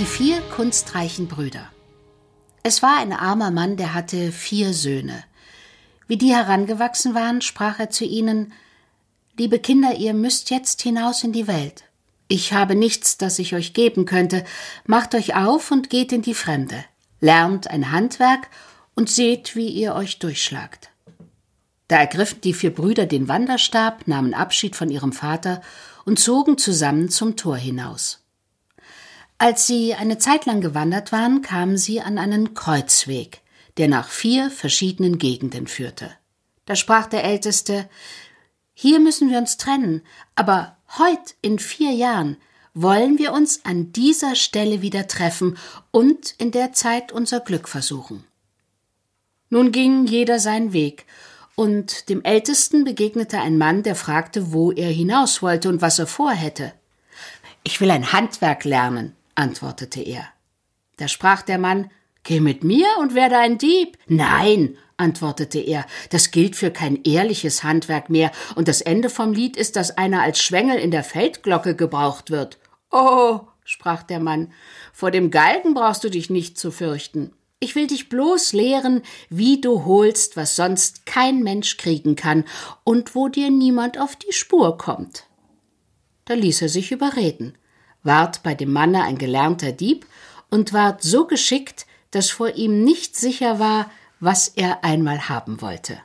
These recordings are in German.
Die 4 kunstreichen Brüder. Es war ein armer Mann, der hatte 4 Söhne. Wie die herangewachsen waren, sprach er zu ihnen: »Liebe Kinder, ihr müsst jetzt hinaus in die Welt. Ich habe nichts, das ich euch geben könnte. Macht euch auf und geht in die Fremde. Lernt ein Handwerk und seht, wie ihr euch durchschlagt.« Da ergriffen die 4 Brüder den Wanderstab, nahmen Abschied von ihrem Vater und zogen zusammen zum Tor hinaus. Als sie eine Zeit lang gewandert waren, kamen sie an einen Kreuzweg, der nach 4 verschiedenen Gegenden führte. Da sprach der Älteste: »Hier müssen wir uns trennen, aber heut in 4 Jahren wollen wir uns an dieser Stelle wieder treffen und in der Zeit unser Glück versuchen.« Nun ging jeder seinen Weg, und dem Ältesten begegnete ein Mann, der fragte, wo er hinaus wollte und was er vorhätte. »Ich will ein Handwerk lernen«, antwortete er. Da sprach der Mann: »Geh mit mir und werde ein Dieb.« »Nein«, antwortete er, »das gilt für kein ehrliches Handwerk mehr, und das Ende vom Lied ist, dass einer als Schwengel in der Feldglocke gebraucht wird.« »Oh«, sprach der Mann, »vor dem Galgen brauchst du dich nicht zu fürchten. Ich will dich bloß lehren, wie du holst, was sonst kein Mensch kriegen kann und wo dir niemand auf die Spur kommt.« Da ließ er sich überreden, ward bei dem Manne ein gelernter Dieb und ward so geschickt, dass vor ihm nicht sicher war, was er einmal haben wollte.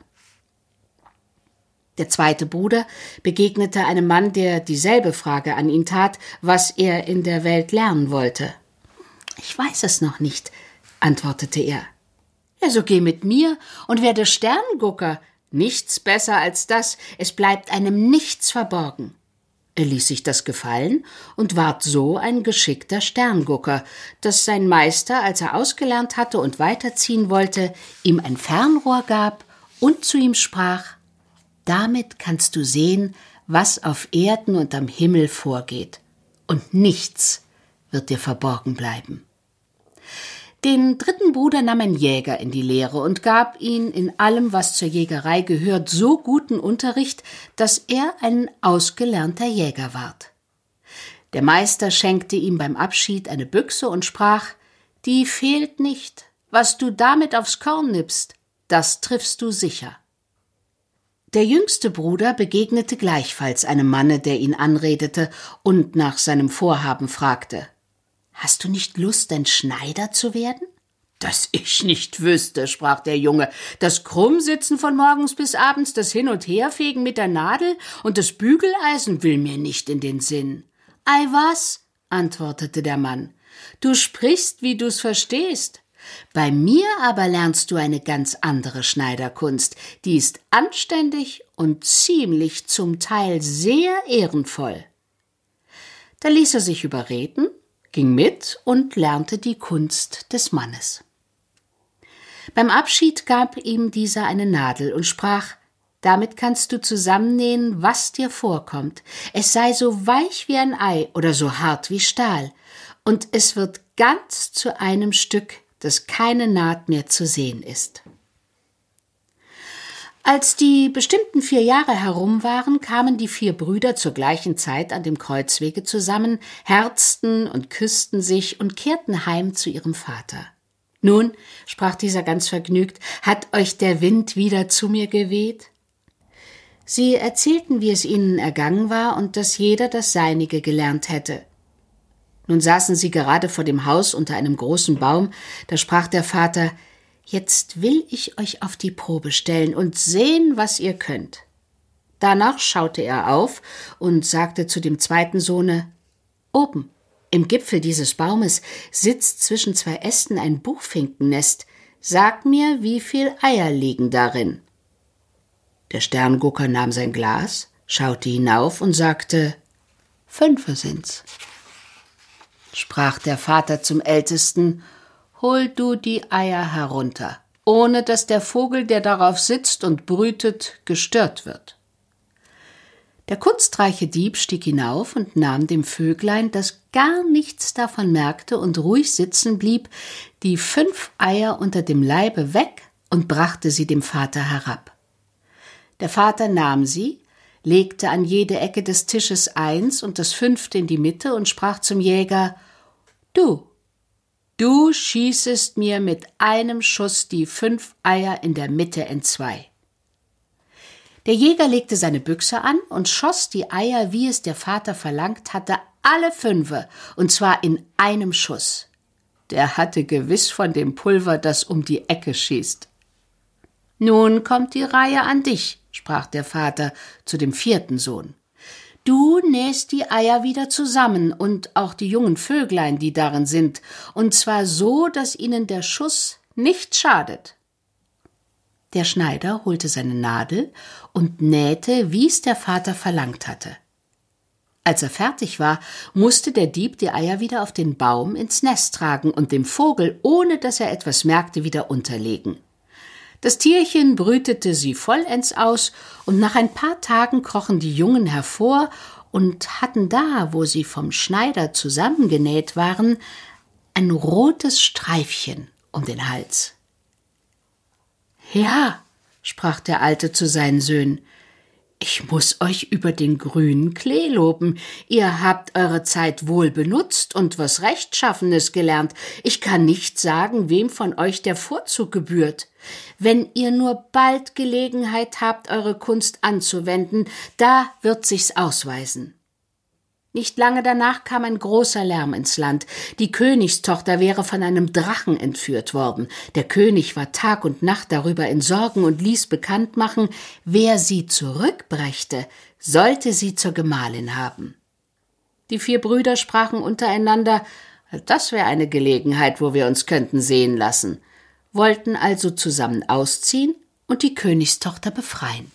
Der 2. Bruder begegnete einem Mann, der dieselbe Frage an ihn tat, was er in der Welt lernen wollte. »Ich weiß es noch nicht«, antwortete er. »Ja, so geh mit mir und werde Sternengucker. Nichts besser als das, es bleibt einem nichts verborgen.« Er ließ sich das gefallen und ward so ein geschickter Sterngucker, dass sein Meister, als er ausgelernt hatte und weiterziehen wollte, ihm ein Fernrohr gab und zu ihm sprach: »Damit kannst du sehen, was auf Erden und am Himmel vorgeht, und nichts wird dir verborgen bleiben.« Den 3. Bruder nahm ein Jäger in die Lehre und gab ihn in allem, was zur Jägerei gehört, so guten Unterricht, dass er ein ausgelernter Jäger ward. Der Meister schenkte ihm beim Abschied eine Büchse und sprach: »Die fehlt nicht. Was du damit aufs Korn nippst, das triffst du sicher.« Der jüngste Bruder begegnete gleichfalls einem Manne, der ihn anredete und nach seinem Vorhaben fragte: »Hast du nicht Lust, ein Schneider zu werden?« »Dass ich nicht wüsste«, sprach der Junge, »das Krummsitzen von morgens bis abends, das Hin- und Herfegen mit der Nadel und das Bügeleisen will mir nicht in den Sinn.« »Ei was«, antwortete der Mann, »du sprichst, wie du's verstehst. Bei mir aber lernst du eine ganz andere Schneiderkunst, die ist anständig und ziemlich zum Teil sehr ehrenvoll.« Da ließ er sich überreden, ging mit und lernte die Kunst des Mannes. Beim Abschied gab ihm dieser eine Nadel und sprach: »Damit kannst du zusammennähen, was dir vorkommt. Es sei so weich wie ein Ei oder so hart wie Stahl, und es wird ganz zu einem Stück, dass keine Naht mehr zu sehen ist.« Als die bestimmten 4 Jahre herum waren, kamen die 4 Brüder zur gleichen Zeit an dem Kreuzwege zusammen, herzten und küssten sich und kehrten heim zu ihrem Vater. »Nun«, sprach dieser ganz vergnügt, »hat euch der Wind wieder zu mir geweht?« Sie erzählten, wie es ihnen ergangen war und dass jeder das Seinige gelernt hätte. Nun saßen sie gerade vor dem Haus unter einem großen Baum, da sprach der Vater: »Jetzt will ich euch auf die Probe stellen und sehen, was ihr könnt.« Danach schaute er auf und sagte zu dem 2. Sohne: »Oben, im Gipfel dieses Baumes, sitzt zwischen 2 Ästen ein Buchfinkennest. Sag mir, wie viel Eier liegen darin?« Der Sterngucker nahm sein Glas, schaute hinauf und sagte: »5 sind's.« Sprach der Vater zum Ältesten: »Hol du die Eier herunter, ohne dass der Vogel, der darauf sitzt und brütet, gestört wird.« Der kunstreiche Dieb stieg hinauf und nahm dem Vöglein, das gar nichts davon merkte und ruhig sitzen blieb, die 5 Eier unter dem Leibe weg und brachte sie dem Vater herab. Der Vater nahm sie, legte an jede Ecke des Tisches 1 und das 5. in die Mitte und sprach zum Jäger: »Du, Du schießest mir mit einem Schuss die 5 Eier in der Mitte entzwei. Der Jäger legte seine Büchse an und schoss die Eier, wie es der Vater verlangt hatte, alle 5, und zwar in einem Schuss. Der hatte gewiss von dem Pulver, das um die Ecke schießt. »Nun kommt die Reihe an dich«, sprach der Vater zu dem 4. Sohn. »Du nähst die Eier wieder zusammen und auch die jungen Vöglein, die darin sind, und zwar so, dass ihnen der Schuss nicht schadet.« Der Schneider holte seine Nadel und nähte, wie es der Vater verlangt hatte. Als er fertig war, musste der Dieb die Eier wieder auf den Baum ins Nest tragen und dem Vogel, ohne dass er etwas merkte, wieder unterlegen. Das Tierchen brütete sie vollends aus, und nach ein paar Tagen krochen die Jungen hervor und hatten da, wo sie vom Schneider zusammengenäht waren, ein rotes Streifchen um den Hals. »Ja«, sprach der Alte zu seinen Söhnen, »ich muß euch über den grünen Klee loben. Ihr habt eure Zeit wohl benutzt und was Rechtschaffenes gelernt. Ich kann nicht sagen, wem von euch der Vorzug gebührt. Wenn ihr nur bald Gelegenheit habt, eure Kunst anzuwenden, da wird sich's ausweisen.« Nicht lange danach kam ein großer Lärm ins Land. Die Königstochter wäre von einem Drachen entführt worden. Der König war Tag und Nacht darüber in Sorgen und ließ bekannt machen, wer sie zurückbrächte, sollte sie zur Gemahlin haben. Die 4 Brüder sprachen untereinander, das wäre eine Gelegenheit, wo wir uns könnten sehen lassen, wollten also zusammen ausziehen und die Königstochter befreien.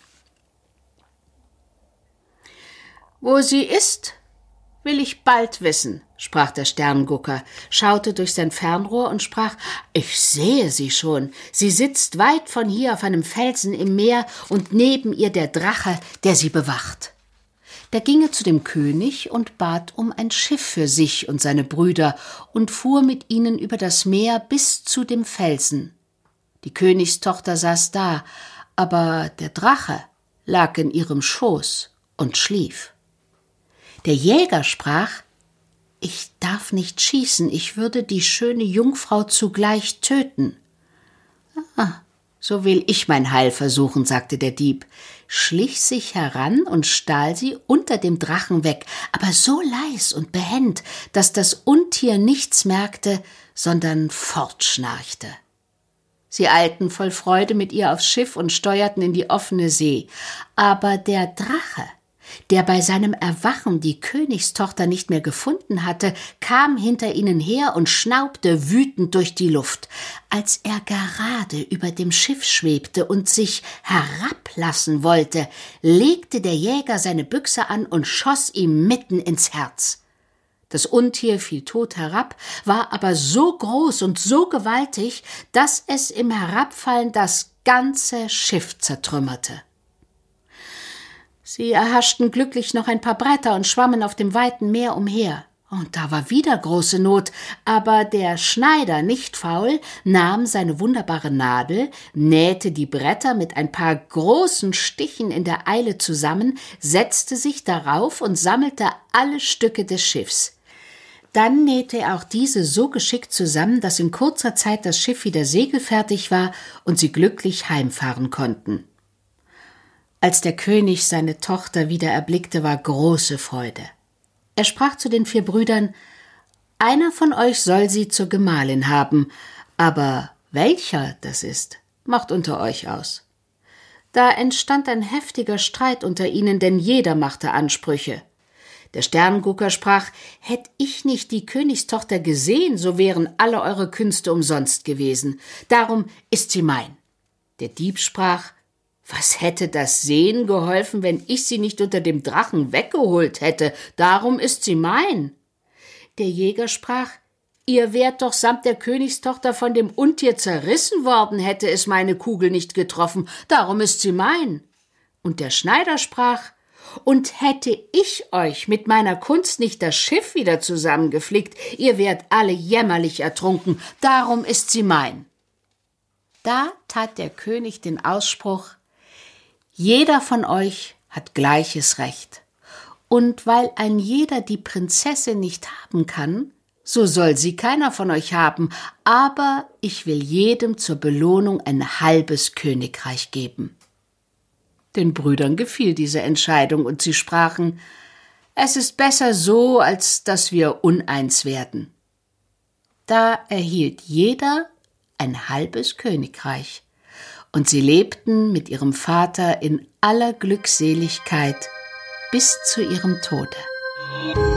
»Wo sie ist, will ich bald wissen«, sprach der Sterngucker, schaute durch sein Fernrohr und sprach, »ich sehe sie schon. Sie sitzt weit von hier auf einem Felsen im Meer und neben ihr der Drache, der sie bewacht.« Da ging er zu dem König und bat um ein Schiff für sich und seine Brüder und fuhr mit ihnen über das Meer bis zu dem Felsen. Die Königstochter saß da, aber der Drache lag in ihrem Schoß und schlief. Der Jäger sprach, »Ich darf nicht schießen, ich würde die schöne Jungfrau zugleich töten.« »Ah, so will ich mein Heil versuchen«, sagte der Dieb, schlich sich heran und stahl sie unter dem Drachen weg, aber so leis und behend, dass das Untier nichts merkte, sondern fortschnarchte. Sie eilten voll Freude mit ihr aufs Schiff und steuerten in die offene See. Aber der Drache, der bei seinem Erwachen die Königstochter nicht mehr gefunden hatte, kam hinter ihnen her und schnaubte wütend durch die Luft. Als er gerade über dem Schiff schwebte und sich herablassen wollte, legte der Jäger seine Büchse an und schoss ihm mitten ins Herz. Das Untier fiel tot herab, war aber so groß und so gewaltig, dass es im Herabfallen das ganze Schiff zertrümmerte. Sie erhaschten glücklich noch ein paar Bretter und schwammen auf dem weiten Meer umher. Und da war wieder große Not, aber der Schneider, nicht faul, nahm seine wunderbare Nadel, nähte die Bretter mit ein paar großen Stichen in der Eile zusammen, setzte sich darauf und sammelte alle Stücke des Schiffs. Dann nähte er auch diese so geschickt zusammen, dass in kurzer Zeit das Schiff wieder segelfertig war und sie glücklich heimfahren konnten. Als der König seine Tochter wieder erblickte, war große Freude. Er sprach zu den 4 Brüdern, »Einer von euch soll sie zur Gemahlin haben, aber welcher das ist, macht unter euch aus.« Da entstand ein heftiger Streit unter ihnen, denn jeder machte Ansprüche. Der Sterngucker sprach, »Hätt ich nicht die Königstochter gesehen, so wären alle eure Künste umsonst gewesen. Darum ist sie mein.« Der Dieb sprach, »Was hätte das Sehen geholfen, wenn ich sie nicht unter dem Drachen weggeholt hätte? Darum ist sie mein.« Der Jäger sprach, »Ihr wärt doch samt der Königstochter von dem Untier zerrissen worden, hätte es meine Kugel nicht getroffen. Darum ist sie mein.« Und der Schneider sprach, »Und hätte ich euch mit meiner Kunst nicht das Schiff wieder zusammengeflickt, ihr wärt alle jämmerlich ertrunken. Darum ist sie mein.« Da tat der König den Ausspruch, »Jeder von euch hat gleiches Recht. Und weil ein jeder die Prinzessin nicht haben kann, so soll sie keiner von euch haben, aber ich will jedem zur Belohnung ein halbes Königreich geben. Den Brüdern gefiel diese Entscheidung, und sie sprachen: Es ist besser so, als dass wir uneins werden. Da erhielt jeder ein halbes Königreich, und sie lebten mit ihrem Vater in aller Glückseligkeit bis zu ihrem Tode.